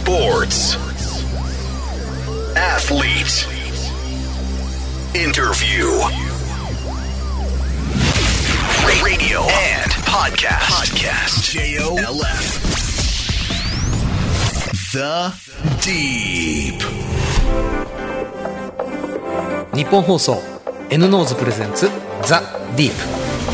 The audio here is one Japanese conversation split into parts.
Sports. Athlete. Interview. Radio and podcast. JOLF. The Deep. 日本放送 N ノーズプレゼンツザ・ディープ。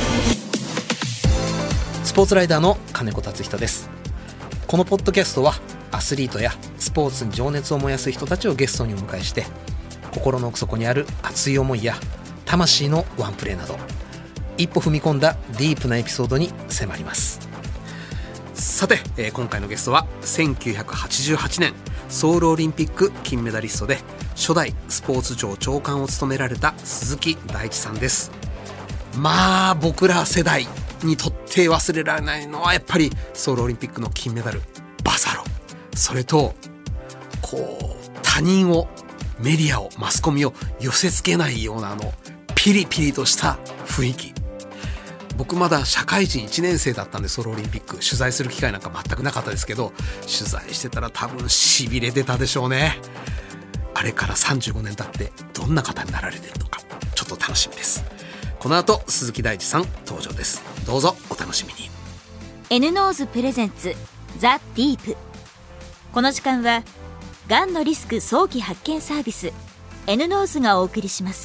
スポーツライダーの金子達人です。このポッドキャストはアスリートやスポーツに情熱を燃やす人たちをゲストにお迎えして、心の奥底にある熱い思いや魂のワンプレーなど、一歩踏み込んだディープなエピソードに迫ります。さて、今回のゲストは1988年ソウルオリンピック金メダリストで初代スポーツ庁長官を務められた鈴木大地さんです。まあ僕ら世代にとって忘れられないのはやっぱりソウルオリンピックの金メダルバサロ、それとこう他人をメディアをマスコミを寄せ付けないようなピリピリとした雰囲気。僕まだ社会人1年生だったんでソウルオリンピック取材する機会なんか全くなかったですけど、取材してたら多分しびれてたでしょうね。あれから35年経ってどんな方になられているのかちょっと楽しみです。この後鈴木大地さん登場です。どうぞお楽しみに。 N ノーズプレゼンツザ・ディープ。この時間はがんのリスク早期発見サービス N ノーズがお送りします。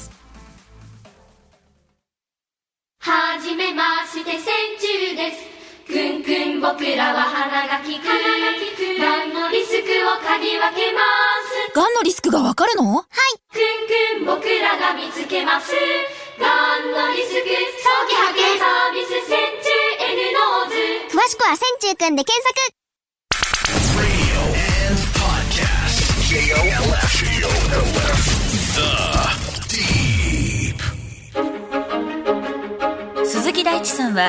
はじめまして千中です。くんくん僕らは鼻が利く。がんのリスクを嗅ぎ分けます。 がんのリスクがわかるの？はい。 くんくん僕らが見つけます。がんのリスク早期発見サービス千中 N ノーズ。 詳しくは千中くんで検索。 Radio and podcast. JOLF. The Deep. 鈴木大地さんは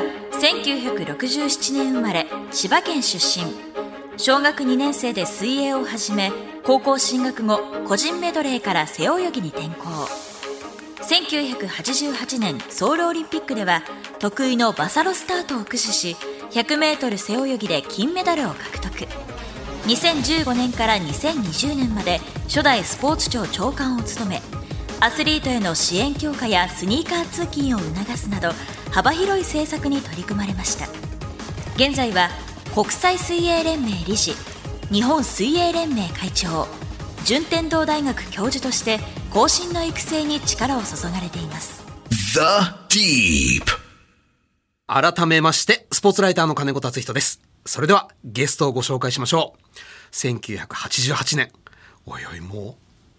1967年生まれ、千葉県出身。小学2年生で水泳を始め、高校進学後個人メドレーから背泳ぎに転向。1988年ソウルオリンピックでは得意のバサロスタートを駆使し 100m 背泳ぎで金メダルを獲得。2015年から2020年まで初代スポーツ庁長官を務め、アスリートへの支援強化やスニーカー通勤を促すなど幅広い政策に取り組まれました。現在は国際水泳連盟理事、日本水泳連盟会長、順天堂大学教授として後進の育成に力を注がれています。 The Deep. 改めましてスポーツライターの金子達人です。それではゲストをご紹介しましょう。1988年、おいおいもう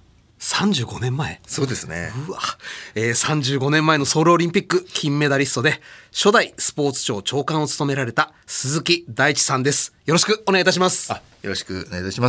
35年前。 そうですね。 うわ、35年前のソウルオリンピック金メダリストで初代スポーツ庁長官を務められた鈴木大地さんです。よろしくお願いいたします。 よろしくお願いいたします。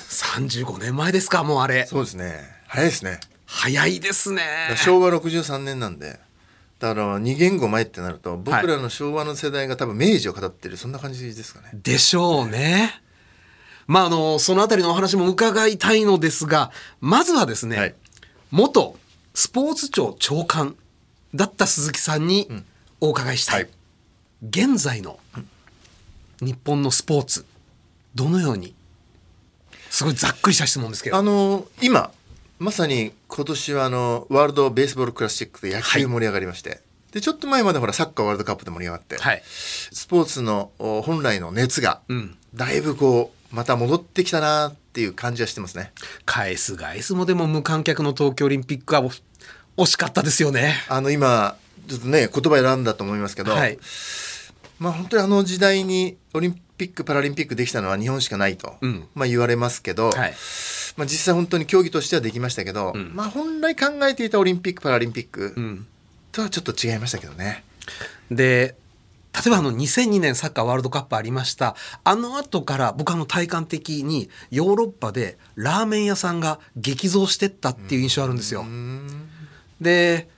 35年前ですか。もうあれ。 そうですね。早いですね。 早いですね。 昭和63年なんで、だから2言語前ってなると僕らの昭和の世代が多分明治を語ってる、そんな感じですかね。 でしょうね。まあそのあたりのお話も伺いたいのですが、まずはですね、はい、元スポーツ庁長官だった鈴木さんにお伺いしたい、はい、現在の日本のスポーツどのように、すごいざっくりした質問ですけど、 今まさに今年はワールドベースボールクラシックで野球盛り上がりまして、はい、でちょっと前までほらサッカーワールドカップで盛り上がって、はい、スポーツの本来の熱がだいぶこうまた戻ってきたなっていう感じはしてますね。 返すもでも無観客の東京オリンピックは惜しかったですよね。 今ちょっとね言葉選んだと思いますけど、はい、まあ本当に時代にオリンピックパラリンピックできたのは日本しかないと、まあ言われますけど、はい、まあ、実際本当に競技としてはできましたけど、まあ本来考えていたオリンピックパラリンピックとはちょっと違いましたけどね。 で例えば2002年サッカーワールドカップありました。後から僕体感的にヨーロッパでラーメン屋さんが激増してったっていう印象あるんですよ。で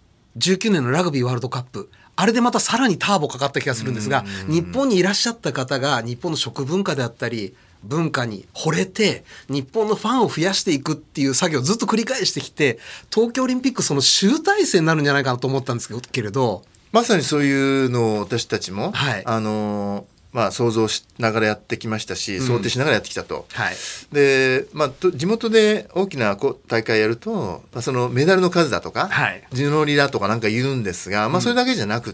19年のラグビーワールドカップ、あれでまたさらにターボかかった気がするんですが、日本にいらっしゃった方が日本の食文化であったり文化に惚れて日本のファンを増やしていくっていう作業をずっと繰り返してきて、東京オリンピックその集大成になるんじゃないかなと思ったんですけれど、 まさにそういうのを私たちも、はい、 想像しながらやってきましたし、想定しながらやってきたと。 はい、 で、地元で大きな大会やると、そのメダルの数だとか、 はい、 地の利だとかなんか言うんですが、それだけじゃなくって、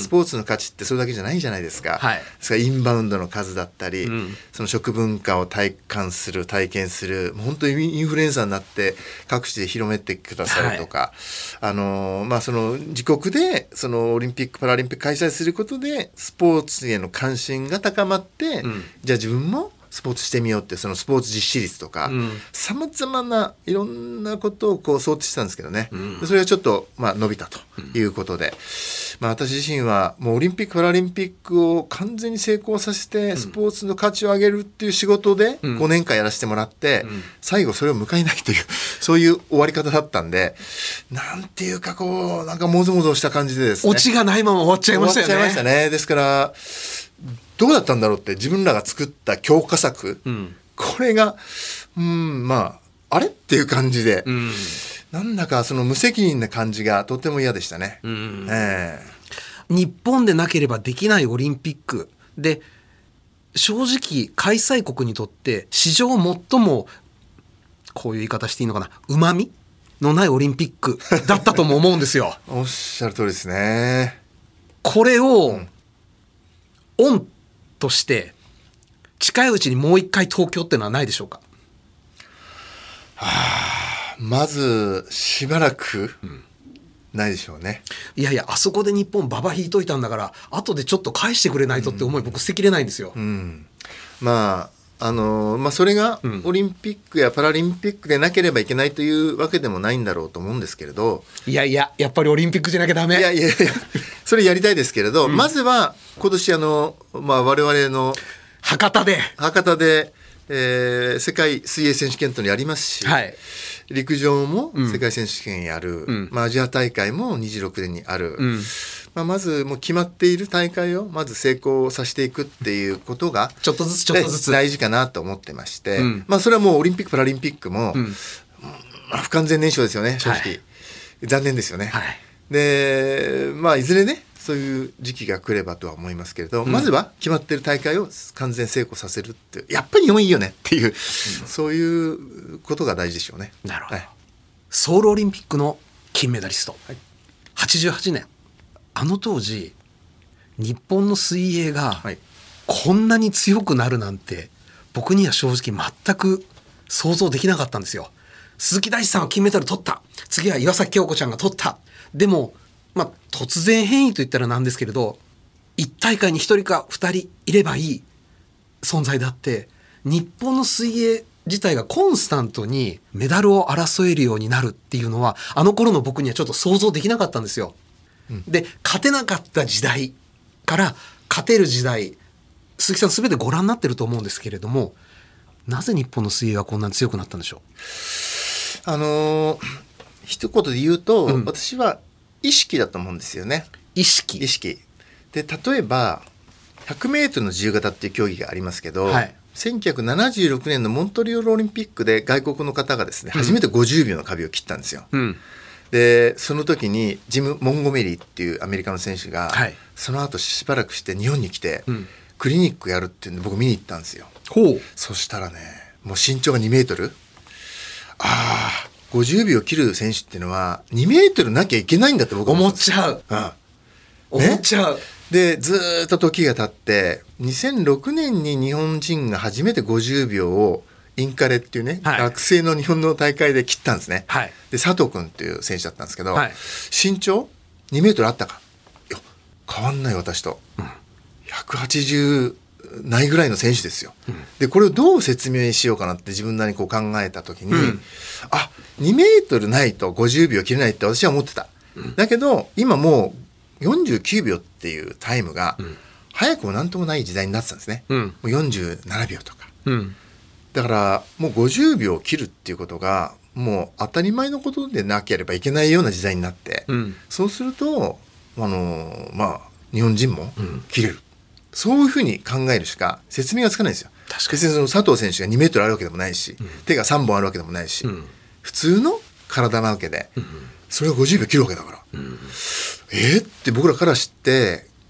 スポーツの価値ってそれだけじゃないじゃないですか。 はい、 ですからインバウンドの数だったり、その食文化を体験する、本当にインフルエンサーになって各地で広めてくださるとか、その自国でそのオリンピック・パラリンピック開催することでスポーツへの関心が高まって、じゃあ自分もスポーツしてみようって、そのスポーツ実施率とかさまざまないろんなことを想定してたんですけどね、それがちょっと伸びたということで、私自身はもうオリンピック・パラリンピックを完全に成功させてスポーツの価値を上げるっていう仕事で5年間やらせてもらって、最後それを迎えないというそういう終わり方だったんで、なんていうかなんかもぞもぞした感じでですね、 オチがないまま終わっちゃいましたよね。 終わっちゃいましたね。ですからどうだったんだろうって、自分らが作った強化策、これがあれっていう感じで、なんだかその無責任な感じがとても嫌でしたね。 日本でなければできないオリンピックで、正直開催国にとって史上最も、こういう言い方していいのかな、うまみのないオリンピックだったとも思うんですよ。 おっしゃる通りですね。 これを、オンとして近いうちにもう一回東京っていうのはないでしょうか。 まずしばらくないでしょうね。 いやいや、あそこで日本ババ引いといたんだから後でちょっと返してくれないとって思い、僕捨てきれないんですよ。 それがオリンピックやパラリンピックでなければいけないというわけでもないんだろうと思うんですけれど、 やっぱりオリンピックじゃなきゃダメ。 それやりたいですけれど、まずは今年我々の博多で、世界水泳選手権というのやりますし、陸上も世界選手権やる、アジア大会も26年にある、まずもう決まっている大会をまず成功させていくっていうことがちょっとずつ大事かなと思ってまして、それはもうオリンピック・パラリンピックも、不完全燃焼ですよね、正直。残念ですよね。で、いずれね、そういう時期が来ればとは思いますけれど、まずは決まっている大会を完全成功させるって、やっぱり日本いいよねっていう、そういうことが大事でしょうね。 なるほど。ソウルオリンピックの金メダリスト、88年、あの当時日本の水泳がこんなに強くなるなんて、僕には正直全く想像できなかったんですよ。鈴木大地さんは金メダル取った、次は岩崎恭子ちゃんが取った。でも突然変異と言ったらなんですけれど、1大会に1人か2人いればいい存在であって、日本の水泳自体がコンスタントにメダルを争えるようになるっていうのは、あの頃の僕にはちょっと想像できなかったんですよ。で、勝てなかった時代から勝てる時代、鈴木さん全てご覧になってると思うんですけれども、なぜ日本の水泳はこんなに強くなったんでしょう。一言で言うと、私は意識だと思うんですよね。意識で、例えば 100m の自由形っていう競技がありますけど、1976年のモントリオールオリンピックで外国の方がですね、初めて50秒の壁を切ったんですよ。で、その時にジム・モンゴメリーっていうアメリカの選手が、その後しばらくして日本に来て、クリニックやるっていうんで僕見に行ったんですよ。そしたらね、もう身長が2メートル、50秒切る選手っていうのは2メートルなきゃいけないんだって僕は思っちゃう。思っちゃう。 で、ずっと時が経って2006年に日本人が初めて50秒をインカレっていうね、学生の日本の大会で切ったんですね。で、佐藤君っていう選手だったんですけど、身長2メートルあったか、いや変わんない私と、180ないぐらいの選手ですよ。で、これをどう説明しようかなって自分なりに考えた時に、2メートルないと50秒切れないって私は思ってた。だけど今もう49秒っていうタイムが早くもなんともない時代になってたんですね。もう47秒とか。だからもう50秒を切るっていうことがもう当たり前のことでなければいけないような時代になって、そうすると日本人も切れる、そういうふうに考えるしか説明がつかないんですよ。別にその佐藤選手が2メートルあるわけでもないし、手が3本あるわけでもないし、普通の体なわけで、それが50秒切るわけだから、って僕らから知って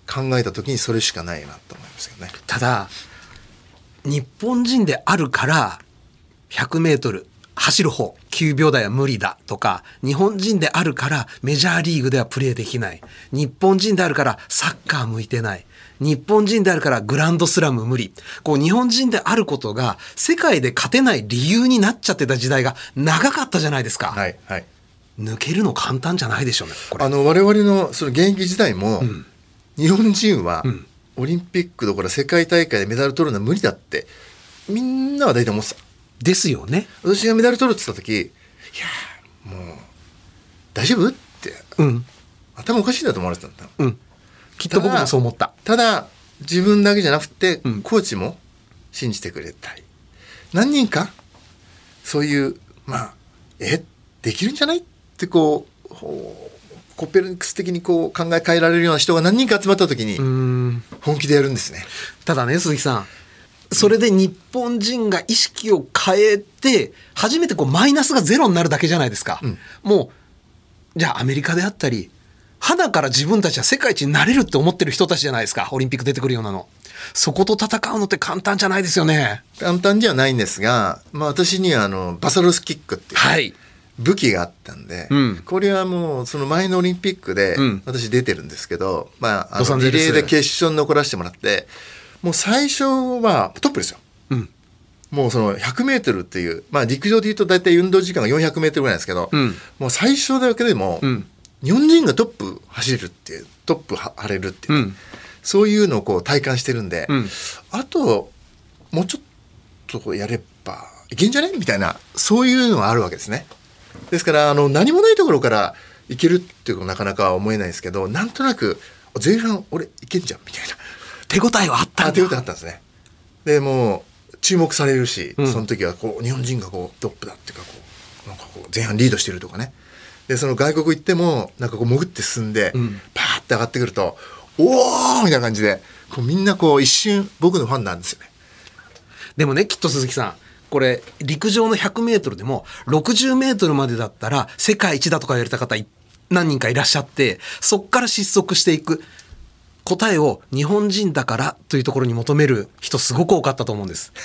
考えた時にそれしかないなと思いますよね。 ただ日本人であるから100メートル走る方9秒台は無理だとか、日本人であるからメジャーリーグではプレーできない、日本人であるからサッカー向いてない、日本人であるからグランドスラム無理、こう日本人であることが世界で勝てない理由になっちゃってた時代が長かったじゃないですか。 はいはい。 抜けるの簡単じゃないでしょうねこれ。 我々のその現役時代も、日本人はオリンピックどころ世界大会でメダル取るのは無理だってみんなは大体思ってたですよね。 私がメダル取るって言った時、いやもう大丈夫って、頭おかしいなと思われてたんだ。 きっと僕もそう思った。 ただ自分だけじゃなくて、コーチも信じてくれたり、何人かそういうできるんじゃないってこうコペルニクス的にこう考え変えられるような人が何人か集まった時に本気でやるんですね。 ただね鈴木さん、それで日本人が意識を変えて初めてこうマイナスがゼロになるだけじゃないですか。もうじゃあアメリカであったり肌から自分たちは世界一になれるって思ってる人たちじゃないですか。オリンピック出てくるようなの、そこと戦うのって簡単じゃないですよね。 簡単じゃないんですが、私にはバサロスキックっていう、武器があったんで、これはもうその前のオリンピックで私出てるんですけど、リレーで決勝に残らせてもらって、もう最初はトップですよ。もうその100メートルっていう、陸上でいうと大体運動時間が400メートルぐらいなんですけど、もう最初だけでも、日本人がトップ走れるっていう、トップ張れるっていう、そういうのをこう体感してるんで、あともうちょっとやればいけんじゃねみたいな、そういうのがあるわけですね。ですから何もないところからいけるっていうのはなかなか思えないですけど、なんとなく前半俺いけんじゃんみたいな手応えはあったんだ。 手応えあったんですね。でもう注目されるし、その時はこう日本人がこうトップだっていうか、なんかこう前半リードしてるとかね。でその外国行ってもなんかこう潜って進んで、パーって上がってくるとおーみたいな感じでこうみんなこう一瞬僕のファンなんですよね。 でもねきっと鈴木さん、これ陸上の100メートルでも60メートルまでだったら世界一だとか言われた方何人かいらっしゃって、そっから失速していく答えを日本人だからというところに求める人すごく多かったと思うんです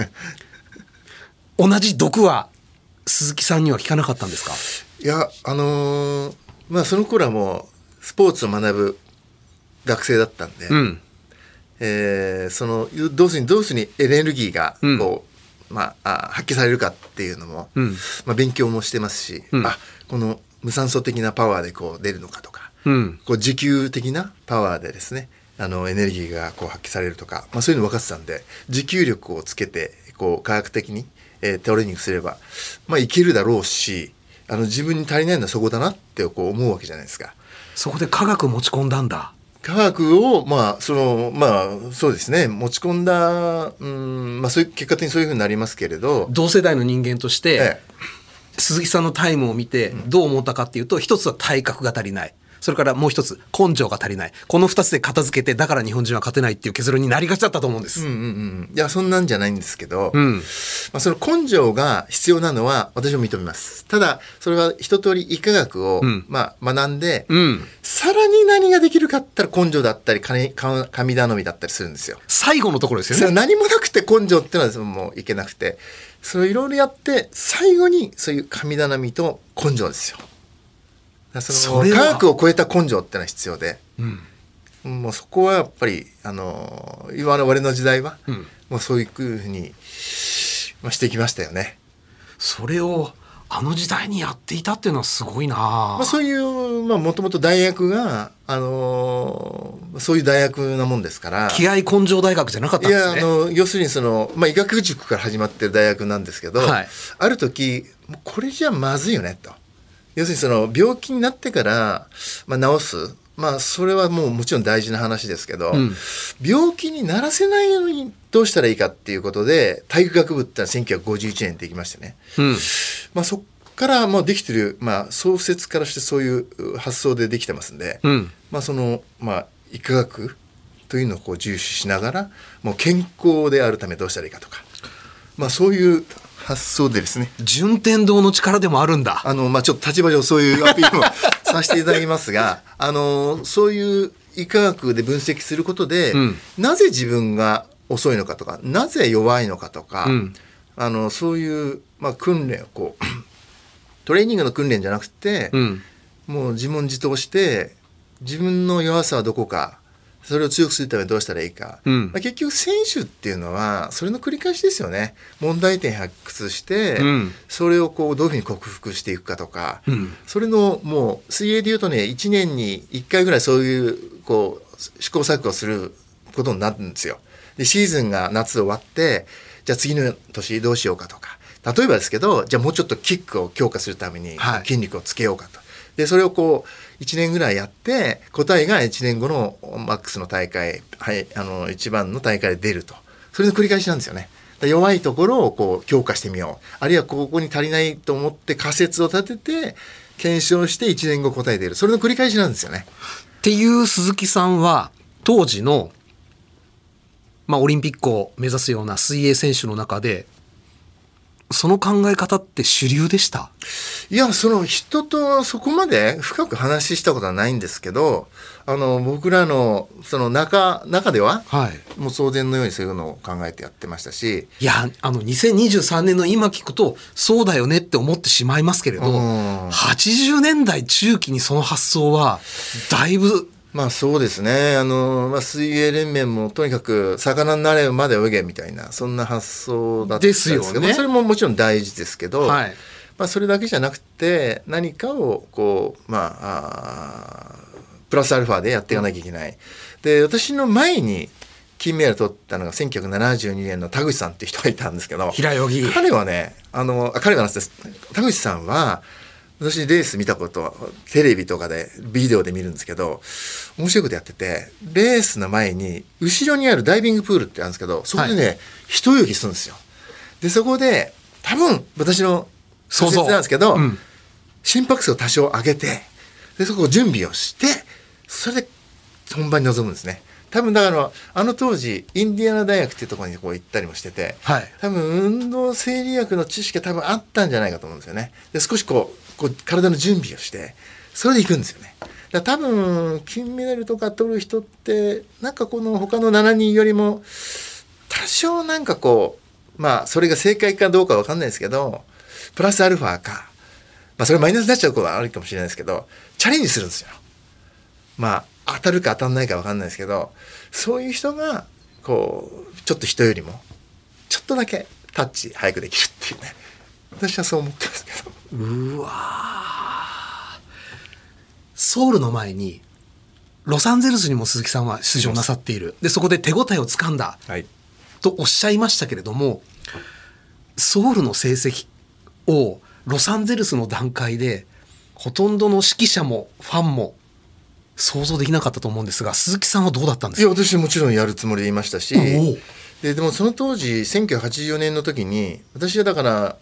同じ毒は鈴木さんには効かなかったんですか？ いやその頃はもうスポーツを学ぶ学生だったんで、そのどうするにエネルギーがこう、発揮されるかっていうのも、勉強もしてますし、この無酸素的なパワーでこう出るのかとか、こう持久的なパワーでですねエネルギーがこう発揮されるとか、そういうの分かってたんで、持久力をつけてこう科学的に、トレーニングすれば、いけるだろうし、自分に足りないのはそこだなってこう思うわけじゃないですか。 そこで科学持ち込んだんだ。 科学をそうですね持ち込んだ、そういう結果的にそういうふうになりますけれど、 同世代の人間として、鈴木さんのタイムを見てどう思ったかっていうと、一つは体格が足りない、それからもう一つ根性が足りない、この2つで片付けてだから日本人は勝てないっていう結論になりがちだったと思うんです。 いやそんなんじゃないんですけど、その根性が必要なのは私も認めます。ただそれは一通り医科学を、学んで、さらに何ができるかって言ったら根性だったり神頼みだったりするんですよ。 最後のところですよね。 それ何もなくて根性っていうのはもういけなくて、それをいろいろやって最後にそういう神頼みと根性ですよ。その科学を超えた根性ってのは必要で、もうそこはやっぱり我々の時代は、もうそういうふうに、してきましたよね。 それをあの時代にやっていたっていうのはすごいな。 そういうもともと大学がそういう大学なもんですから、 気合根性大学じゃなかったんですね。 要するに医学塾から始まってる大学なんですけど、ある時これじゃまずいよねと。要するに病気になってから、治す、それはもちろん大事な話ですけど、病気にならせないようにどうしたらいいかっていうことで体育学部ってのは1951年できましてね、そこからもうできてる、創設からしてそういう発想でできてますんで、医科学というのをこう重視しながら、もう健康であるためどうしたらいいかとか、そういう発想でですね、 順天堂の力でもあるんだ。 ちょっと立場上そういうアピールをさせていただきますがそういう医科学で分析することで、なぜ自分が遅いのかとか、なぜ弱いのかとか、そういう、訓練をこうトレーニングの訓練じゃなくて、もう自問自答して自分の弱さはどこか、それを強くするためにどうしたらいいか、結局選手っていうのはそれの繰り返しですよね。問題点発掘して、それをこうどういうふうに克服していくかとか、それのもう水泳でいうとね、1年に1回ぐらいそういうこう試行錯誤することになるんですよ。でシーズンが夏終わって、じゃあ次の年どうしようかとか、例えばですけど、じゃあもうちょっとキックを強化するために筋肉をつけようかと、でそれをこう1年ぐらいやって、答えが1年後のマックスの大会、一番の大会で出ると、それの繰り返しなんですよね。弱いところをこう強化してみよう、あるいはここに足りないと思って仮説を立てて検証して1年後答え出る、それの繰り返しなんですよね。 っていう鈴木さんは当時の、オリンピックを目指すような水泳選手の中でその考え方って主流でした？ いや、その人とそこまで深く話したことはないんですけど、僕らのその中では、もう当然のようにそういうのを考えてやってましたし、 いや、2023年の今聞くとそうだよねって思ってしまいますけれど、80年代中期にその発想はだいぶそうですね。水泳連盟もとにかく魚になれるまで泳げみたいな、そんな発想だったんですけど、ですよね。それももちろん大事ですけど、それだけじゃなくて何かをこう、プラスアルファでやっていかなきゃいけない。で、私の前に金メダル取ったのが1972年の田口さんっていう人がいたんですけど、 平泳ぎ。 彼はね、彼はなんです。田口さんは私レース見たことテレビとかでビデオで見るんですけど、面白いことやってて、レースの前に後ろにあるダイビングプールってあるんですけど、そこでね、一泳ぎするんですよ。でそこで多分私の想像なんですけど、心拍数を多少上げて、でそこを準備をして、それで本番に臨むんですね。多分だから当時インディアナ大学っていうところにこう行ったりもしてて、多分運動生理学の知識が多分あったんじゃないかと思うんですよね。で少しこう体の準備をしてそれで行くんですよね。だから多分金メダルとか取る人ってなんかこの他の7人よりも多少なんかこうそれが正解かどうか分かんないですけど、プラスアルファか、それマイナスになっちゃうことはあるかもしれないですけど、チャレンジするんですよ。当たるか当たんないか分かんないですけど、そういう人がこうちょっと人よりもちょっとだけタッチ早くできるっていうね、私はそう思ってますけど。 うわ、ソウルの前にロサンゼルスにも鈴木さんは出場なさっている。でそこで手応えをつかんだ、とおっしゃいましたけれども、ソウルの成績をロサンゼルスの段階でほとんどの指揮者もファンも想像できなかったと思うんですが、鈴木さんはどうだったんですか？ いや、私もちろんやるつもりでいましたし、でもその当時1984年の時に私はだから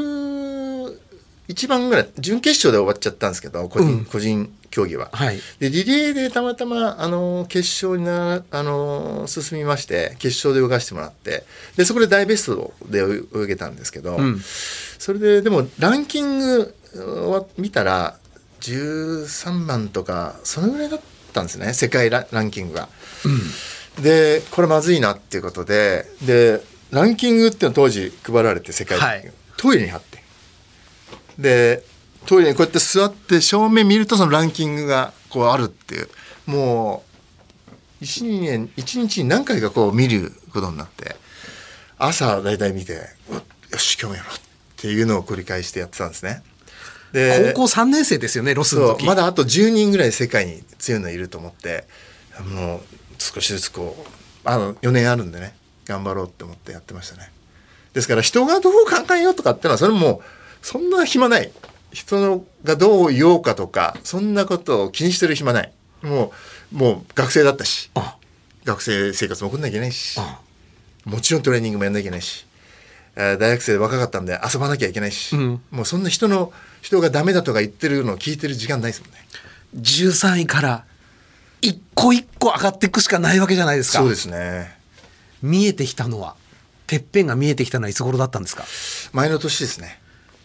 11番ぐらい準決勝で終わっちゃったんですけど、個人競技は、でリレーでたまたま決勝に進みまして、決勝で泳がしてもらって、でそこで大ベストで泳げたんですけど、それででもランキングを見たら13番とかそのぐらいだったんですね、世界ランキングが。でこれまずいなっていうことで、ランキングっていうの当時配られて、世界ランキング、トイレに貼って、でトイレにこうやって座って正面見るとそのランキングがこうあるっていう、もう1日に何回かこう見ることになって、朝だいたい見て、よし今日やろうっていうのを繰り返してやってたんですね。 で高校3年生ですよね、ロスの時。 まだあと10人ぐらい世界に強いのいると思って、もう少しずつこう4年あるんでね、頑張ろうって思ってやってましたね。ですから人がどう考えようとかってのはそれもそんな暇ない。人がどう言おうかとかそんなことを気にしてる暇ない。もう学生だったし、学生生活も送んなきゃいけないし、もちろんトレーニングもやんなきゃいけないし、大学生で若かったんで遊ばなきゃいけないし、もうそんな人がダメだとか言ってるのを聞いてる時間ないですもんね。 13位から一個一個上がっていくしかないわけじゃないですか。 そうですね。 見えてきたのは、てっぺんが見えてきたのはいつ頃だったんですか？ 前の年ですね。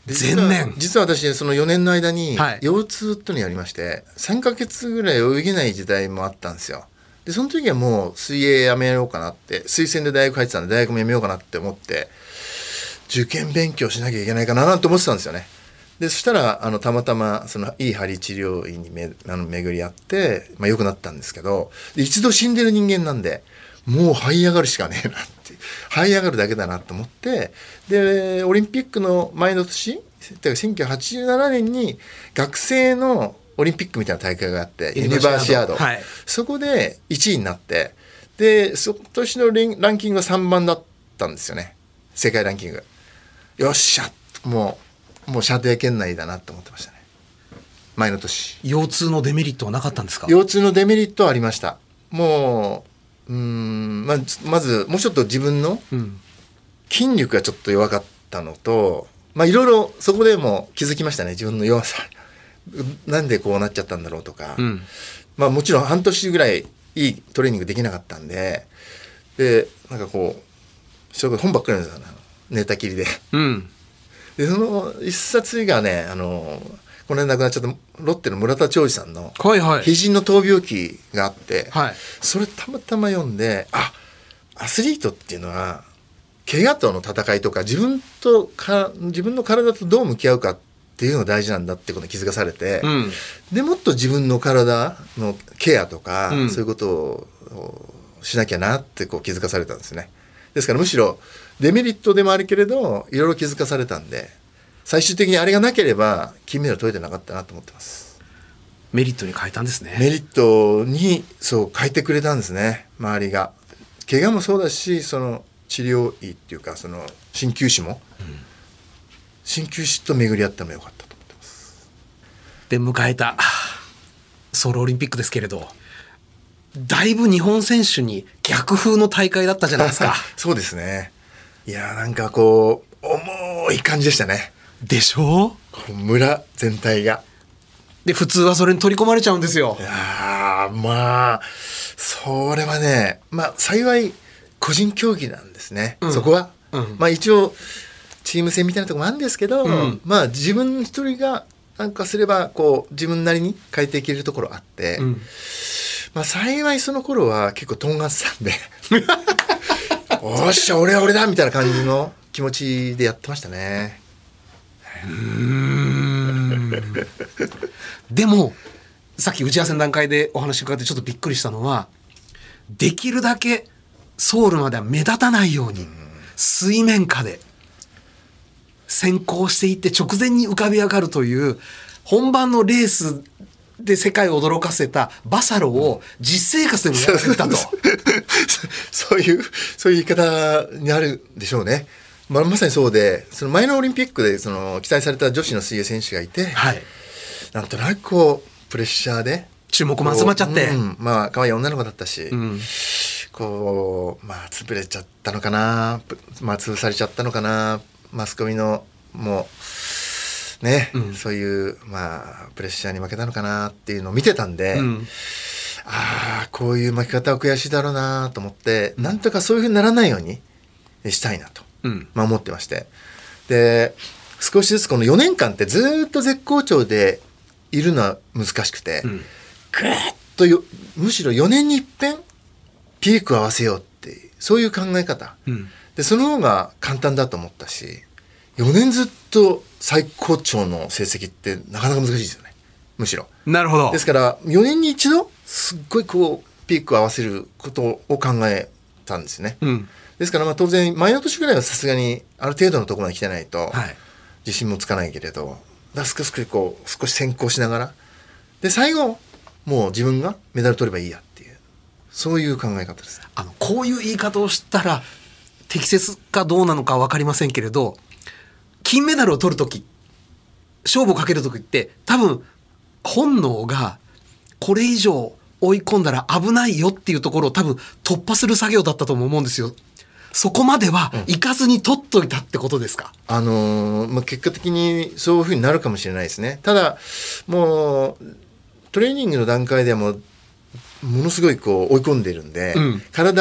前年。 実は私その4年の間に腰痛っていうのやりまして、3ヶ月ぐらい泳げない時代もあったんですよ。でその時はもう水泳やめようかなって、推薦で大学入ってたんで大学もやめようかなって思って受験勉強しなきゃいけないかななんて思ってたんですよね。でそしたらたまたまそのいい鍼治療院に巡り合って、良くなったんですけど、一度死んでる人間なんでもう這い上がるしかねえなって、這い上がるだけだなと思って、でオリンピックの前の年1987年に学生のオリンピックみたいな大会があって、ユニバーシアード、はい、そこで1位になって、でその年のランキングが3番だったんですよね、世界ランキング。よっしゃ、もう射程圏内だなと思ってましたね、前の年。 腰痛のデメリットはなかったんですか？ 腰痛のデメリットはありました。もうまずもうちょっと自分の筋力がちょっと弱かったのと、いろいろそこでも気づきましたね、自分の弱さ。なんでこうなっちゃったんだろうとか、もちろん半年ぐらいいいトレーニングできなかったんで、なんかこう本ばっかりなんですよ、寝たきりで。でその一冊がね、この間亡くなっちゃったロッテの村田兆治さんの肘の闘病記があって、それたまたま読んで、アスリートっていうのは怪我との戦いとか自分の体とどう向き合うかっていうのが大事なんだってことに気づかされて、でもっと自分の体のケアとか、そういうことをしなきゃなってこう気づかされたんですね。ですからむしろデメリットでもあるけれどいろいろ気づかされたんで、最終的にあれがなければ金メダル取れてなかったなと思ってます。 メリットに変えたんですね。 メリットに変えてくれたんですね、周りが。怪我もそうだし、その治療医っていうかその鍼灸師も、鍼灸師と巡り合ったのも良かったと思ってます。 で迎えたソウルオリンピックですけれど、だいぶ日本選手に逆風の大会だったじゃないですか。 そうですね。いやなんかこう重い感じでしたね。 でしょう。 村全体が。 で普通はそれに取り込まれちゃうんですよ。 いやそれはね、幸い個人競技なんですね、そこは。一応チーム戦みたいなところもあるんですけど、自分一人がなんかすればこう自分なりに変えていけるところあって、幸いその頃は結構とんがってたんでおっしゃ俺は俺だみたいな感じの気持ちでやってましたね。 でもさっき打ち合わせの段階でお話伺ってちょっとびっくりしたのは、できるだけソウルまでは目立たないように水面下で先行していって直前に浮かび上がるという本番のレースで世界を驚かせたバサロを実生活でもやってたとそういう言い方になるでしょうね。まさにそうで、その前のオリンピックでその期待された女子の水泳選手がいて、なんとなくこうプレッシャーで注目も集まっちゃって、 可愛い女の子だったし、こう潰れちゃったのかな、潰されちゃったのかな、マスコミのもうね、そういうプレッシャーに負けたのかなっていうのを見てたんで、こういう負け方は悔しいだろうなと思って、なんとかそういう風にならないようにしたいなと、思ってまして、で少しずつこの4年間ってずっと絶好調でいるのは難しくて、ぐーっとむしろ4年に一遍ピークを合わせようっていう、そういう考え方、でその方が簡単だと思ったし、4年ずっと最高潮の成績ってなかなか難しいですよね、むしろ。 なるほど。 ですから4年に一度すっごいこうピークを合わせることを考えたんですね、ですから当然前の年ぐらいはさすがにある程度のところまで来てないと自信もつかないけれど、少し先行しながら、で最後もう自分がメダル取ればいいやっていう、そういう考え方です。 こういう言い方をしたら適切かどうなのか分かりませんけれど、金メダルを取るとき、勝負をかけるときって多分本能がこれ以上追い込んだら危ないよっていうところを多分突破する作業だったと思うんですよ。そこまでは行かずに取っといたってことですか？ 結果的にそういうふうになるかもしれないですね。ただもうトレーニングの段階ではものすごいこう追い込んでいるんで、体は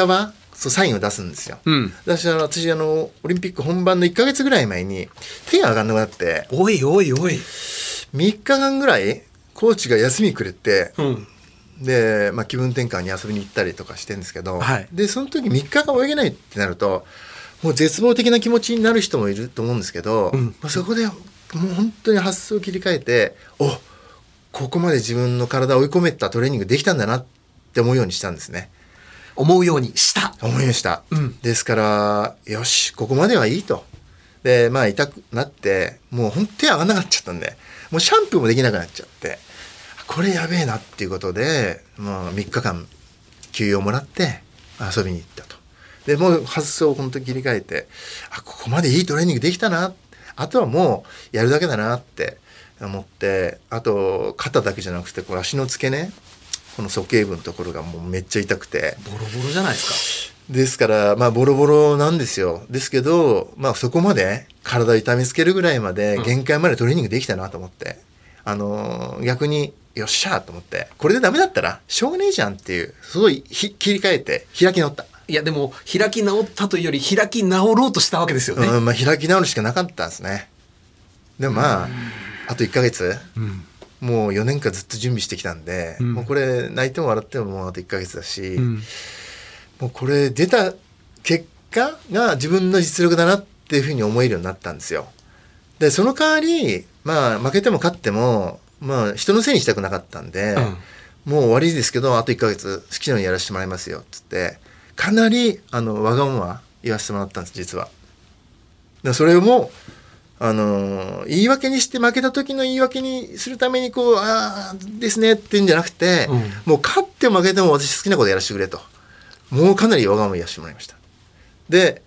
サインを出すんですよ。私オリンピック本番の1ヶ月ぐらい前に手が上がんなくなって、 おい 3日間ぐらいコーチが休みくれて、で、気分転換に遊びに行ったりとかしてるんですけど、でその時3日間泳げないってなるともう絶望的な気持ちになる人もいると思うんですけど、そこでもう本当に発想を切り替えて、ここまで自分の体を追い込めたトレーニングできたんだなって思うようにしたんですね。 思うようにした。 ですからよしここまではいいと。で痛くなってもう本当に上がんなくなっちゃったんで、もうシャンプーもできなくなっちゃって、これやべえなっていうことで、3日間休養もらって遊びに行ったと。でもう発想を本当に切り替えて、ここまでいいトレーニングできたな、あとはもうやるだけだなって思って、あと肩だけじゃなくて足の付け根、この鼠径部のところがもうめっちゃ痛くて、 ボロボロじゃないですか。 ですからボロボロなんですよ。ですけどそこまで体を痛めつけるぐらいまで限界までトレーニングできたなと思って、逆によっしゃーと思って、これでダメだったらしょうがねえじゃんっていう、すごい切り替えて開き直った。 いやでも開き直ったというより開き直ろうとしたわけですよね。 開き直るしかなかったんですね。でもあと1ヶ月、もう4年間ずっと準備してきたんで、もうこれ泣いても笑ってももうあと1ヶ月だし、もうこれ出た結果が自分の実力だなっていうふうに思えるようになったんですよ。でその代わり負けても勝っても人のせいにしたくなかったんで、もう終わりですけどあと1ヶ月好きなようにやらせてもらいますよっつって、かなりわがまま言わせてもらったんです実は。でそれも言い訳にして、負けた時の言い訳にするためにですねって言うんじゃなくて、もう勝っても負けても私好きなことやらせてくれと、もうかなりわがまま言わせてもらいました。で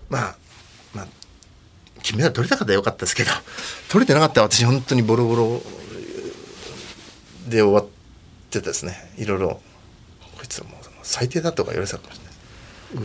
金メダル取れた方は良かったですけど、取れてなかったら私本当にボロボロで終わってたですね。いろいろこいつはもう最低だとか言われてたかもしれない。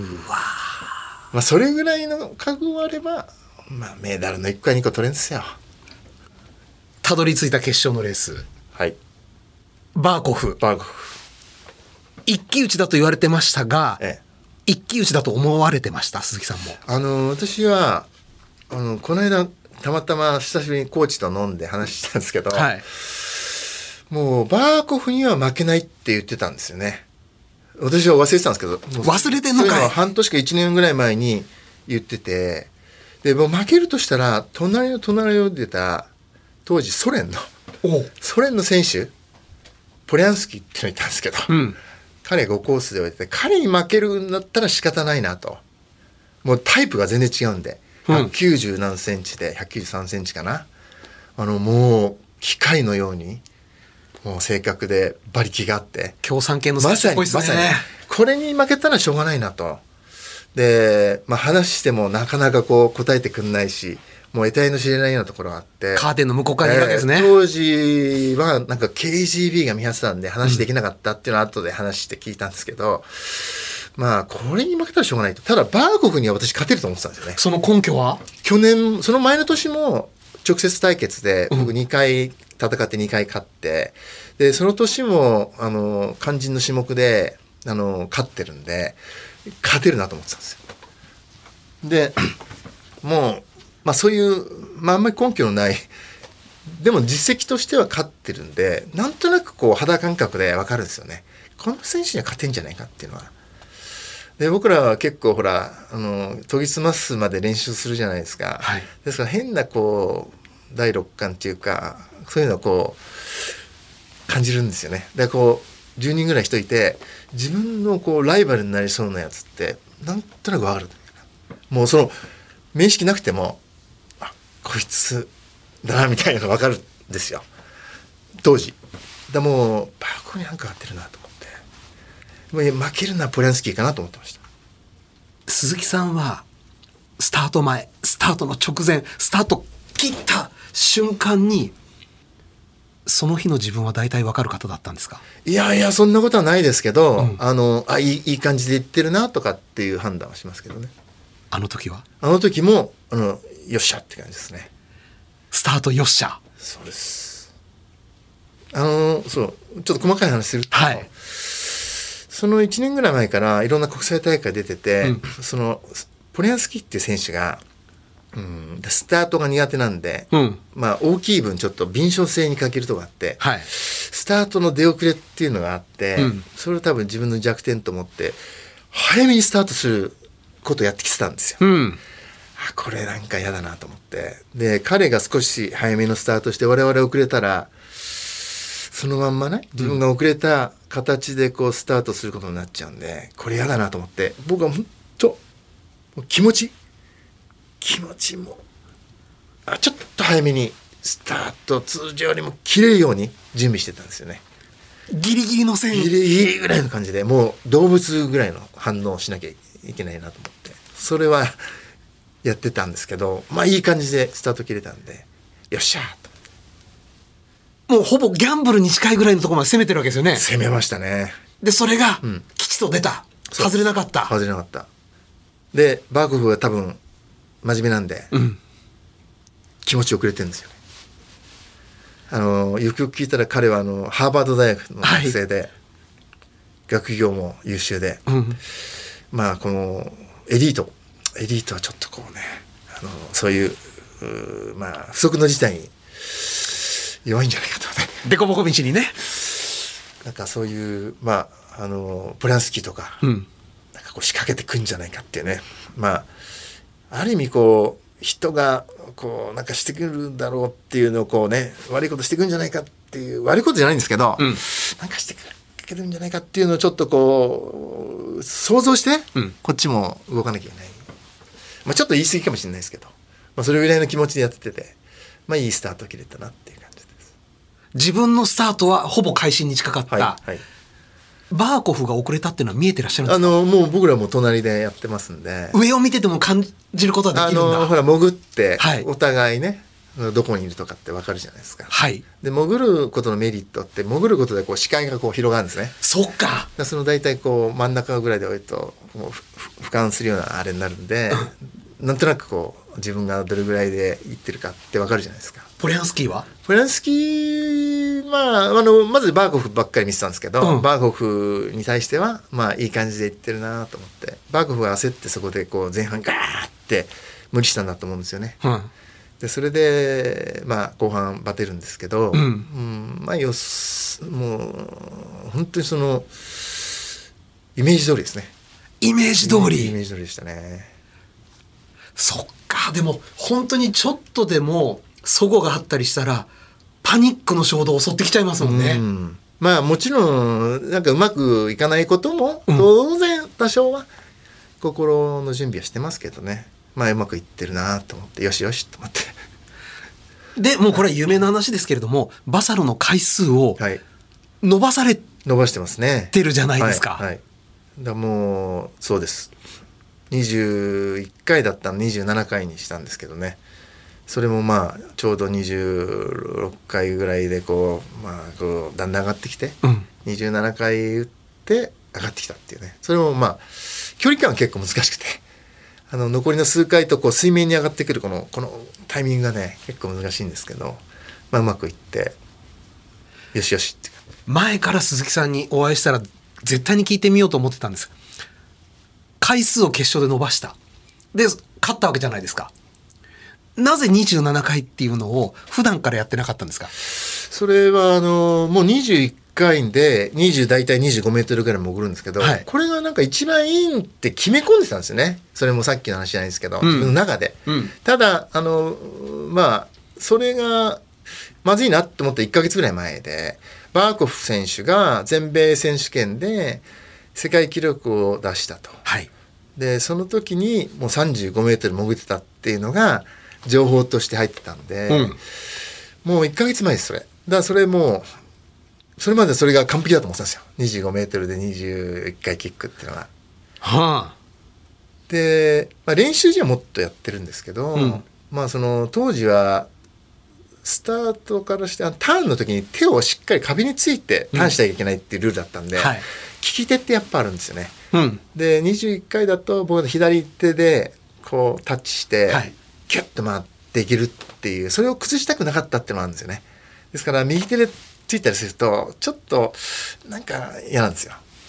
それぐらいの覚悟あればメダルの1個や2個取れるんですよ。 たどり着いた決勝のレース、バーコフ一騎打ちだと言われてましたが、一騎打ちだと思われてました鈴木さんも。 私はこの間たまたま久しぶりにコーチと飲んで話したんですけど、もうバーコフには負けないって言ってたんですよね。私は忘れてたんですけど、 忘れてんのかい。 半年か1年ぐらい前に言ってて、でもう負けるとしたら隣を出た当時ソ連の選手ポリャンスキーっていうのいたんですけど、彼5コースで終えてて、彼に負けるんだったら仕方ないなと。もうタイプが全然違うんで、190何センチで193センチかな、もう機械のようにもう正確で馬力があって、 共産系の選手っぽいですね。 まさにこれに負けたらしょうがないなと。で、話してもなかなか答えてくんないし、もう得体の知れないようなところがあって、 カーテンの向こう側にいるわけですね。 当時はなんか KGB が見張ってたんで話できなかったっていうのは後で話して聞いたんですけど、これに負けたらしょうがないと。ただバーコフには私勝てると思ってたんですよね。 その根拠は？ 去年、その前の年も直接対決で僕2回戦って2回勝って、でその年も肝心の種目で勝ってるんで勝てるなと思ってたんですよ。でもう、そういうあんまり根拠のない、でも実績としては勝ってるんで、なんとなく肌感覚で分かるんですよね。この選手には勝てんじゃないかっていうのは。で僕らは結構研ぎ澄ますまで練習するじゃないですか、ですから変な第六感っていうか、そういうのを感じるんですよね。で10人ぐらい人いて、自分のライバルになりそうなやつってなんとなく分かる。もうその面識なくてもこいつだなみたいなのが分かるんですよ当時。でもうバーコフになんか合ってるなと思って、負けるのはポリャンスキーかなと思ってました。 鈴木さんはスタート前、スタートの直前、スタート切った瞬間にその日の自分は大体分かる方だったんですか？ いやそんなことはないですけど、いい感じでいってるなとかっていう判断はしますけどね。 あの時は？ あの時もよっしゃって感じですね。 スタートよっしゃ。 そうです。ちょっと細かい話すると、 その1年ぐらい前からいろんな国際大会出てて、そのポリャンスキーっていう選手が、スタートが苦手なんで、まあ大きい分ちょっと敏捷性に欠けるとこがあって、スタートの出遅れっていうのがあって、それを多分自分の弱点と思って早めにスタートすることをやってきてたんですよ。これなんか嫌だなと思って、で彼が少し早めのスタートして我々遅れたらそのまんまね自分が遅れた形でこうスタートすることになっちゃうんで、これ嫌だなと思って、僕は本当気持ちもちょっと早めにスタート通常よりも切れるように準備してたんですよね。 ギリギリの線、 ギリギリぐらいの感じで、もう動物ぐらいの反応をしなきゃいけないなと思って、それはやってたんですけど、まあいい感じでスタート切れたんでよっしゃーと。 もうほぼギャンブルに近いぐらいのところまで攻めてるわけですよね。 攻めましたね。 でそれが吉と出た、外れなかった。でバーコフは多分真面目なんで、気持ち遅れてるんですよね。よくよく聞いたら彼はハーバード大学の学生で、学業も優秀で、まあこのエリートはちょっとこうね、そういうまあ不測の事態に弱いんじゃないかとね。 デコボコ道にね。 なんかそういうまあポリャンスキーとか、なんかこう仕掛けてくんじゃないかっていうね。まあある意味こう人がこうなんかしてくるんだろうっていうのをこうね、悪いことしてくるんじゃないかっていう、悪いことじゃないんですけど、なんかしてくるんじゃないかっていうのをちょっとこう想像して、こっちも動かなきゃいけない。まあちょっと言い過ぎかもしれないですけど、まあそれぐらいの気持ちでやってて、まあいいスタート切れたなっていう感じです。 自分のスタートはほぼ会心に近かった。バーコフが遅れたっていうのは見えてらっしゃるんですか？ もう僕らも隣でやってますんで、 上を見てても感じることはできるんだ。 ほら潜って、お互いねどこにいるとかって分かるじゃないですか。で潜ることのメリットって、潜ることでこう視界がこう広がるんですね。 そっか。 その大体こう真ん中ぐらいで置いともう俯瞰するようなあれになるんで、なんとなくこう自分がどれぐらいで行ってるかって分かるじゃないですか。 ポリャンスキーはまあまずバーコフばっかり見てたんですけど、バーコフに対してはまあいい感じでいってるなと思って、バーコフが焦ってそこでこう前半ガーって無理したんだと思うんですよね。でそれでまあ後半バテるんですけど、まあもう本当にそのイメージ通りですね。 イメージ通りでしたね。 そっか。でも本当にちょっとでも齟齬があったりしたらパニックの衝動襲ってきちゃいますもんね。 まあもちろんなんかうまくいかないことも当然多少は心の準備はしてますけどね。まあうまくいってるなと思って、よしよしと思って。 でもうこれは有名な話ですけれども、バサロの回数を伸ばしてますね。てるじゃないですか。 だもうそうです。21回だったの27回にしたんですけどね。それもまあちょうど26回ぐらいでこうだんだん上がってきて、27回打って上がってきたっていうね。それもまあ距離感は結構難しくて、残りの数回とこう水面に上がってくるこのタイミングがね結構難しいんですけど、まあうまくいってよしよしっていう。 前から鈴木さんにお会いしたら絶対に聞いてみようと思ってたんです。回数を決勝で伸ばした。で勝ったわけじゃないですか。なぜ27回っていうのを普段からやってなかったんですか？ それはもう21回で大体25メートルぐらい潜るんですけど、これがなんか一番いいって決め込んでたんですよね。それもさっきの話じゃないですけど、自分の中で。ただまあそれがまずいなと思った1ヶ月ぐらい前で、バーコフ選手が全米選手権で世界記録を出したと。でその時にもう35メートル潜ってたっていうのが情報として入ってたんで、もう1ヶ月前です。それだからそれもうそれまでそれが完璧だと思ってたんですよ。25メートルで21回キックっていうのは。で、練習時はもっとやってるんですけど、まあその当時はスタートからしてターンの時に手をしっかり壁についてターンしなきゃいけないっていうルールだったんで、利き手ってやっぱあるんですよね。で21回だと僕の左手でこうタッチして、キュッと回っていけるっていう、それを崩したくなかったっていうのがあるんですよね。ですから右手でついたりするとちょっとなんか嫌なんですよ。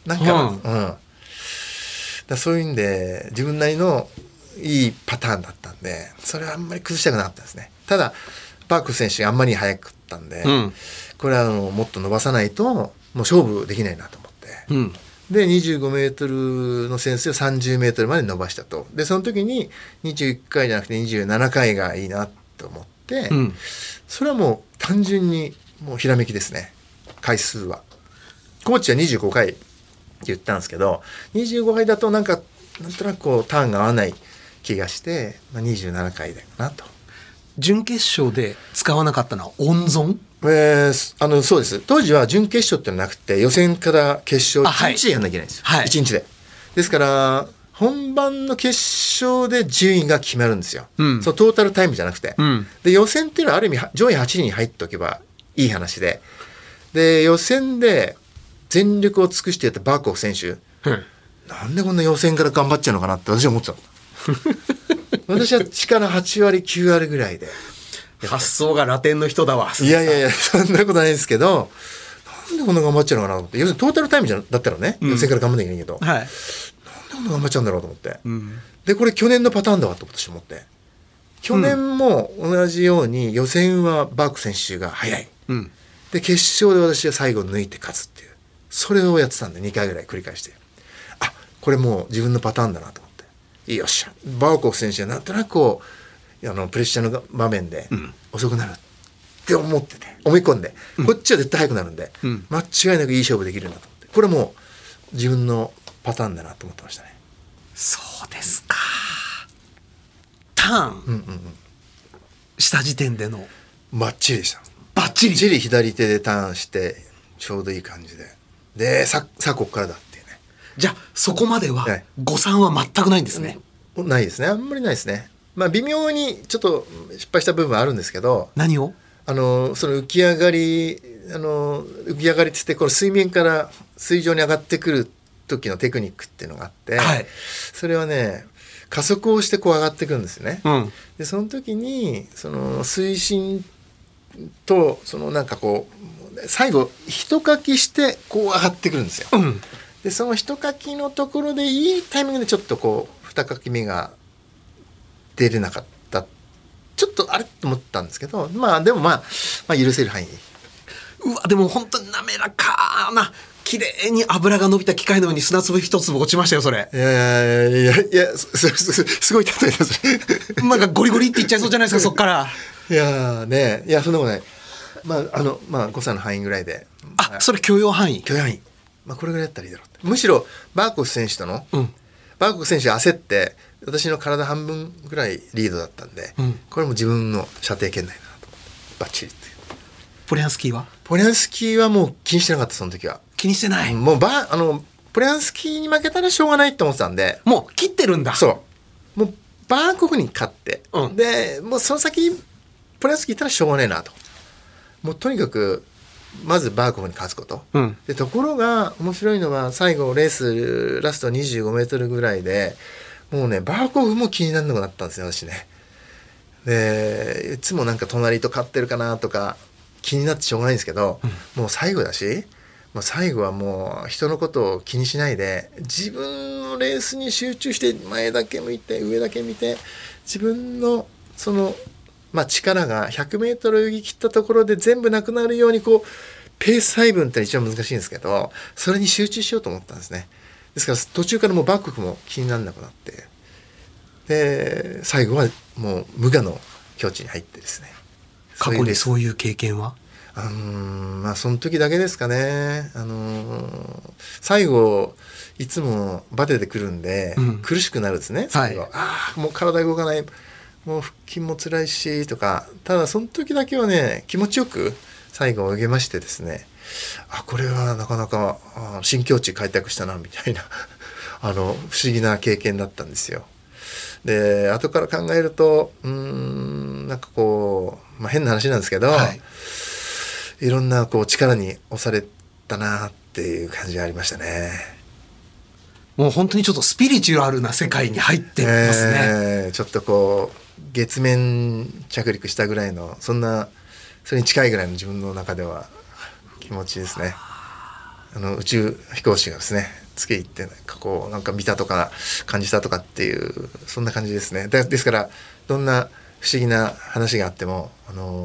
なんか、だそういうんで自分なりのいいパターンだったんで、それはあんまり崩したくなかったですね。ただバーク選手があんまり速かったんで、これはもっと伸ばさないともう勝負できないなと思って、で25メートルの潜水を30メートルまで伸ばしたと。でその時に21回じゃなくて27回がいいなと思って、それはもう単純にもうひらめきですね。回数はコーチは25回って言ったんですけど、25回だとなんとなくこうターンが合わない気がして、27回だよなと。 準決勝で使わなかったのは温存？ そうです。当時は準決勝ってのはなくて予選から決勝1日でやんなきゃいけないんですよ、1日で。ですから本番の決勝で順位が決まるんですよ、そうトータルタイムじゃなくて、で予選っていうのはある意味上位8人に入っておけばいい話で、で予選で全力を尽くしてやったバーコフ選手、なんでこんな予選から頑張っちゃうのかなって私は思ってた私は力8割9割ぐらいで、 発想がラテンの人だわ。 いやそんなことないですけど、なんでこんな頑張っちゃうのかなと思って。要するにトータルタイムだったらね、予選から頑張んなきゃいけないけど、なんでこんな頑張っちゃうんだろうと思って、でこれ去年のパターンだわと私思って、去年も同じように予選はバーク選手が速い、で決勝で私は最後抜いて勝つっていう、それをやってたんで2回ぐらい繰り返して、あこれもう自分のパターンだなと思って、よっしゃバーコフ選手はなんとなくこうプレッシャーの場面で遅くなるって思ってて、思い込んで、こっちは絶対速くなるんで、間違いなくいい勝負できるなと思って、これもう自分のパターンだなと思ってましたね。 そうですか。ターン、した時点でのバッチリでした。 バッチリ左手でターンしてちょうどいい感じで、さあこっからだっていうね。 じゃあそこまでは誤算は全くないんですね。 ないですね、あんまりないですね。微妙にちょっと失敗した部分はあるんですけど。 何を？ その浮き上がりって言ってこの水面から水上に上がってくる時のテクニックっていうのがあって、それはね加速をしてこう上がってくるんですよね、でその時にその水深とそのなんかこう最後一かきしてこう上がってくるんですよ、でその一かきのところでいいタイミングでちょっとこう二かき目が出れなかった、ちょっとあれと思ったんですけど、でも許せる範囲。 うわでも本当に滑らかな綺麗に油が伸びた機械の上に砂粒一粒落ちましたよそれ。 いやすごい例えですなんかゴリゴリっていっちゃいそうじゃないですかそっから。 いやそんなことない。誤差の範囲ぐらいで。 それ許容範囲。 許容範囲。これぐらいだったらいいだろうって。むしろバーコフ選手との、バーコフ選手焦って私の体半分ぐらいリードだったんで、これも自分の射程圏内だなと思ってバッチリっていう。 ポリャンスキーはもう気にしてなかった。その時は気にしてない。 もうポリャンスキーに負けたらしょうがないと思ってたんで、 もう切ってるんだ。 そうもうバーコフに勝って、でもうその先ポリャンスキーいったらしょうがないなと、もうとにかくまずバーコフに勝つこと、でところが面白いのは最後レースラスト25メートルぐらいでもうねバーコフも気になるのがなったんですよ私ね。でいつもなんか隣と勝ってるかなとか気になってしょうがないんですけど、もう最後だし、最後はもう人のことを気にしないで自分のレースに集中して前だけ向いて上だけ見て自分のその力が100メートル泳ぎ切ったところで全部なくなるようにこうペース配分って一番難しいんですけど、それに集中しようと思ったんですね。ですから途中からもうバックも気にならなくなって、で最後はもう無我の境地に入ってですね。 過去にそういう経験は？ その時だけですかね。最後いつもバテてくるんで、苦しくなるんですね最後、もう体動かない、もう腹筋も辛いしとか、ただその時だけはね気持ちよく最後泳げましてですね、これはなかなか新境地開拓したなみたいな不思議な経験だったんですよ。で後から考えるとなんかこう、変な話なんですけど、いろんなこう力に押されたなっていう感じがありましたね。 もう本当にちょっとスピリチュアルな世界に入ってますね、 ちょっとこう月面着陸したぐらいのそれに近いぐらいの自分の中では気持ちですね。 宇宙飛行士がですね月行ってこうなんか見たとか感じたとかっていうそんな感じですね。ですからどんな不思議な話があっても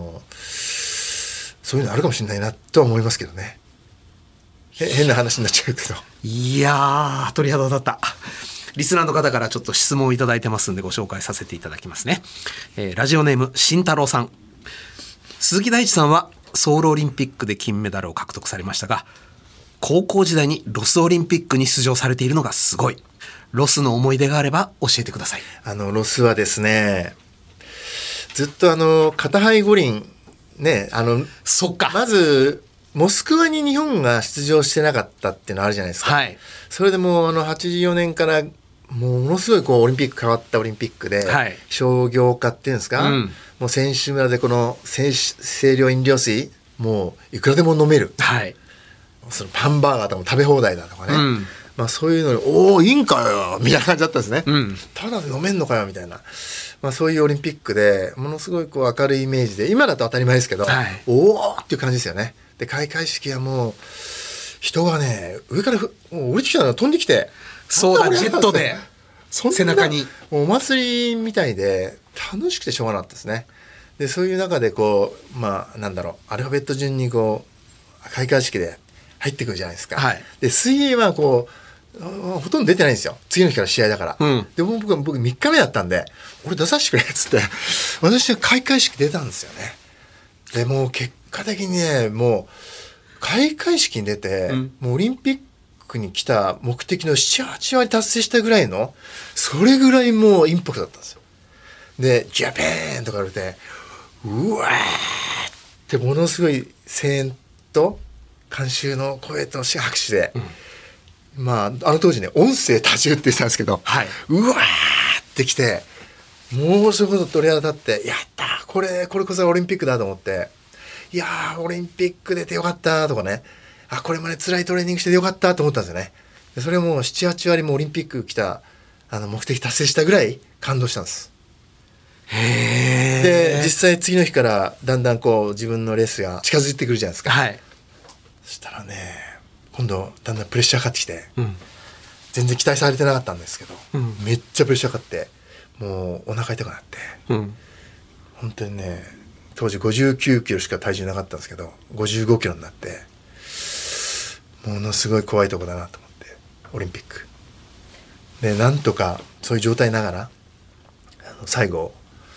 そういうのあるかもしれないなとは思いますけどね。変な話になっちゃうけど。 いやー鳥肌だった。リスナーの方からちょっと質問をいただいてますんでご紹介させていただきますね。ラジオネーム慎太郎さん。鈴木大地さんはソウルオリンピックで金メダルを獲得されましたが、高校時代にロスオリンピックに出場されているのがすごい。ロスの思い出があれば教えてください。 ロスはですね、ずっと片肺五輪ね、 そっか。 まずモスクワに日本が出場してなかったっていうのあるじゃないですか。 はい。 それでもう84年からものすごいこうオリンピック変わったオリンピックで、はい、商業化っていうんですか、もう選手村でこの清涼飲料水もういくらでも飲める、はい、そのハンバーガーとかも食べ放題だとかね、まあ、そういうのにおーいいんかよみたいな感じだったんですね、ただで飲めんのかよみたいな、まあ、そういうオリンピックでものすごいこう明るいイメージで今だと当たり前ですけど、はい、おーっていう感じですよね。で開会式はもう人がね上からもう降りてきたのが飛んできて、 そうだジェットで背中にお祭りみたいで楽しくてしょうがなかったですね。でそういう中でこうまあなんだろうアルファベット順にこう開会式で入ってくるじゃないですか、はい、で水泳はこうほとんど出てないんですよ、次の日から試合だから、で僕3日目だったんで俺出させてくれっつって私は開会式出たんですよね。でもう結果的にねもう開会式に出て、もうオリンピックに来た目的の 7,8 割達成したぐらいのそれぐらいもうインパクトだったんですよ。でジャパンとか言われてうわーってものすごい声援と観衆の声と拍手で、まあ当時ね音声多重って言ってたんですけど、はい、うわーってきてもうそういうこと鳥肌立ってやったこれこそオリンピックだと思って、いやーオリンピック出てよかったとかね、あこれまで辛いトレーニングしてよかったと思ったんですよね。でそれも 7,8 割もオリンピック来た目的達成したぐらい感動したんです。 へー。 で実際次の日からだんだんこう自分のレースが近づいてくるじゃないですか、はい、そしたらね今度だんだんプレッシャーかかってきて、全然期待されてなかったんですけど、めっちゃプレッシャーかかってもうお腹痛くなって、本当にね当時59キロしか体重なかったんですけど55キロになってものすごい怖いとこだなと思ってオリンピックでなんとかそういう状態ながら最後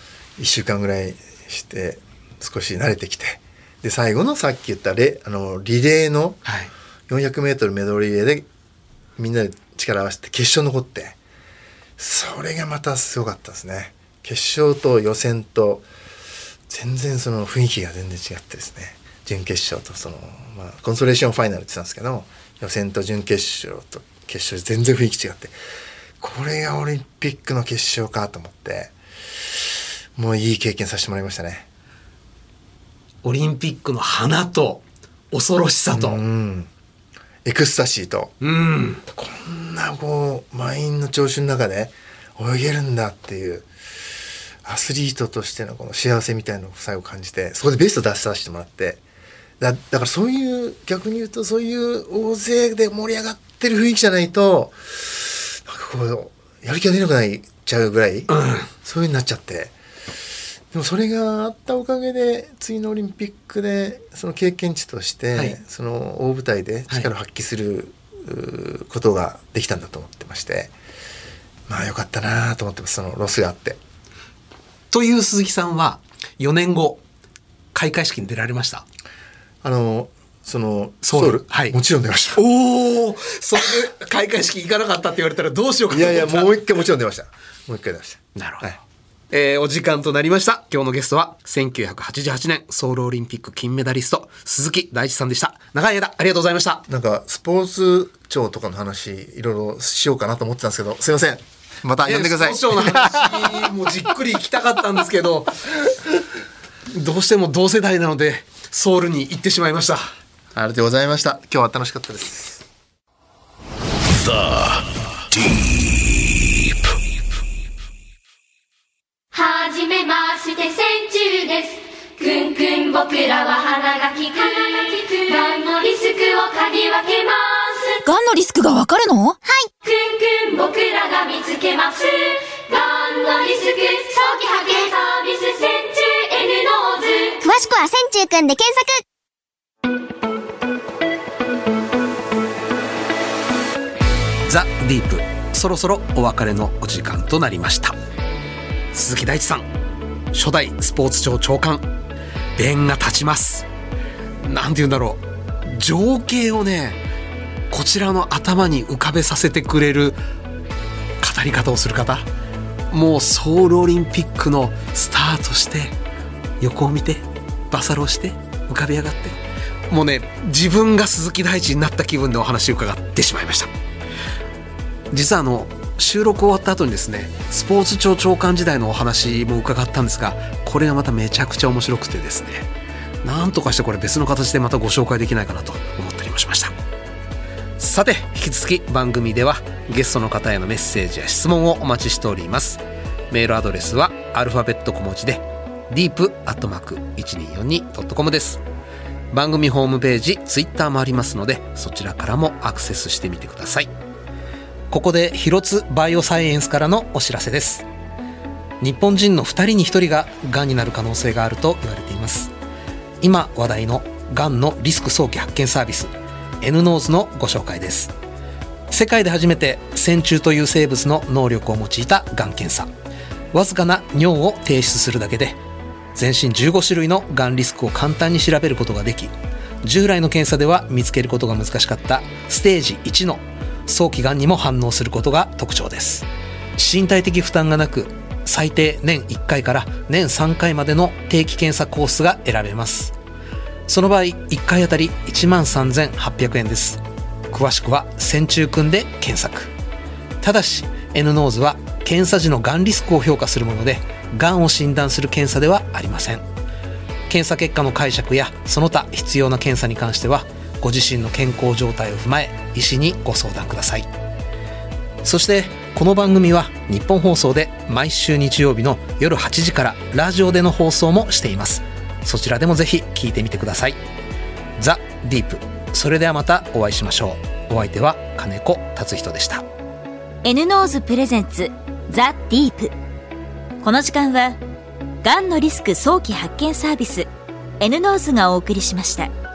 1週間ぐらいして少し慣れてきて、で最後のさっき言ったリレーの 400m メドレーリレーでみんなで力を合わせて決勝残って、それがまたすごかったですね。決勝と予選と全然その雰囲気が全然違ってですね、準決勝とコンソレーションファイナルって言ってたんですけど予選と準決勝と決勝全然雰囲気違って、これがオリンピックの決勝かと思ってもういい経験させてもらいましたね。 オリンピックの花と恐ろしさと、 エクスタシーと、こんなこう満員の聴衆の中で泳げるんだっていうアスリートとしてのこの幸せみたいなのを最後感じて、そこでベスト出させてもらって、だからそういう逆に言うとそういう大勢で盛り上がってる雰囲気じゃないとなんかこうやる気が出なくなっちゃうぐらい、そういう風になっちゃって、でもそれがあったおかげで次のオリンピックでその経験値として、はい、その大舞台で力を発揮する、ことができたんだと思ってまして、まあよかったなと思ってます、そのロスがあって。 という鈴木さんは4年後開会式に出られました？ そのソウル、はい、もちろん出ました。 おお、それで開会式行かなかったって言われたらどうしようかと思った。 いやもう一回もちろん出ました。もう一回出ました。 なるほど。はい、お時間となりました。今日のゲストは1988年ソウルオリンピック金メダリスト鈴木大地さんでした。長い間ありがとうございました。 なんかスポーツ庁とかの話いろいろしようかなと思ってたんですけど、すいません、また呼んでください。 スポーツ庁の話もじっくり聞きたかったんですけどどうしても同世代なのでソウルに行ってしまいました。 ありがとうございました。今日は楽しかったです。 The Deep。 はじめまして、千中です。くんくん僕らは花がきくがんのリスクを嗅ぎ分けます。 がんのリスクがわかるの？はい。 くんくん僕らが見つけます。がんのリスク早期発見サービス線虫 N ノーズ。 詳しくは線虫くんで検索。 ザ・ディープ、そろそろお別れのお時間となりました。鈴木大地さん、初代スポーツ庁長官、弁が立ちます。なんて言うんだろう、情景をね、こちらの頭に浮かべさせてくれる語り方をする方、もうソウルオリンピックのスタートして横を見てバサロして浮かび上がって、もうね、自分が鈴木大地になった気分でお話を伺ってしまいました。実は収録終わった後にですね、スポーツ庁長官時代のお話も伺ったんですが、これがまためちゃくちゃ面白くてですね、なんとかしてこれ別の形でまたご紹介できないかなと思ったりもしました。さて、引き続き番組ではゲストの方へのメッセージや質問をお待ちしております。メールアドレスはアルファベット小文字で deep@1242.com です。番組ホームページ、ツイッターもありますので、そちらからもアクセスしてみてください。ここで広津バイオサイエンスからのお知らせです。日本人の2人に1人ががんになる可能性があると言われています。今話題のがんのリスク早期発見サービス N ノーズのご紹介です。世界で初めて線虫という生物の能力を用いたがん検査、わずかな尿を提出するだけで全身15種類のがんリスクを簡単に調べることができ、従来の検査では見つけることが難しかったステージ1の早期がんにも反応することが特徴です。身体的負担がなく、最低年1回から年3回までの定期検査コースが選べます。その場合1回あたり13,800円です。詳しくは線虫くんで検索。ただし N ノーズは検査時のがんリスクを評価するもので、がんを診断する検査ではありません。検査結果の解釈やその他必要な検査に関してはご自身の健康状態を踏まえ医師にご相談ください。そしてこの番組は日本放送で毎週日曜日の夜8時からラジオでの放送もしています。そちらでもぜひ聞いてみてください。ザ・ディープ、それではまたお会いしましょう。お相手は金子達人でした。 N ノーズプレゼンツザ・ディープ。この時間はがんのリスク早期発見サービス N ノーズがお送りしました。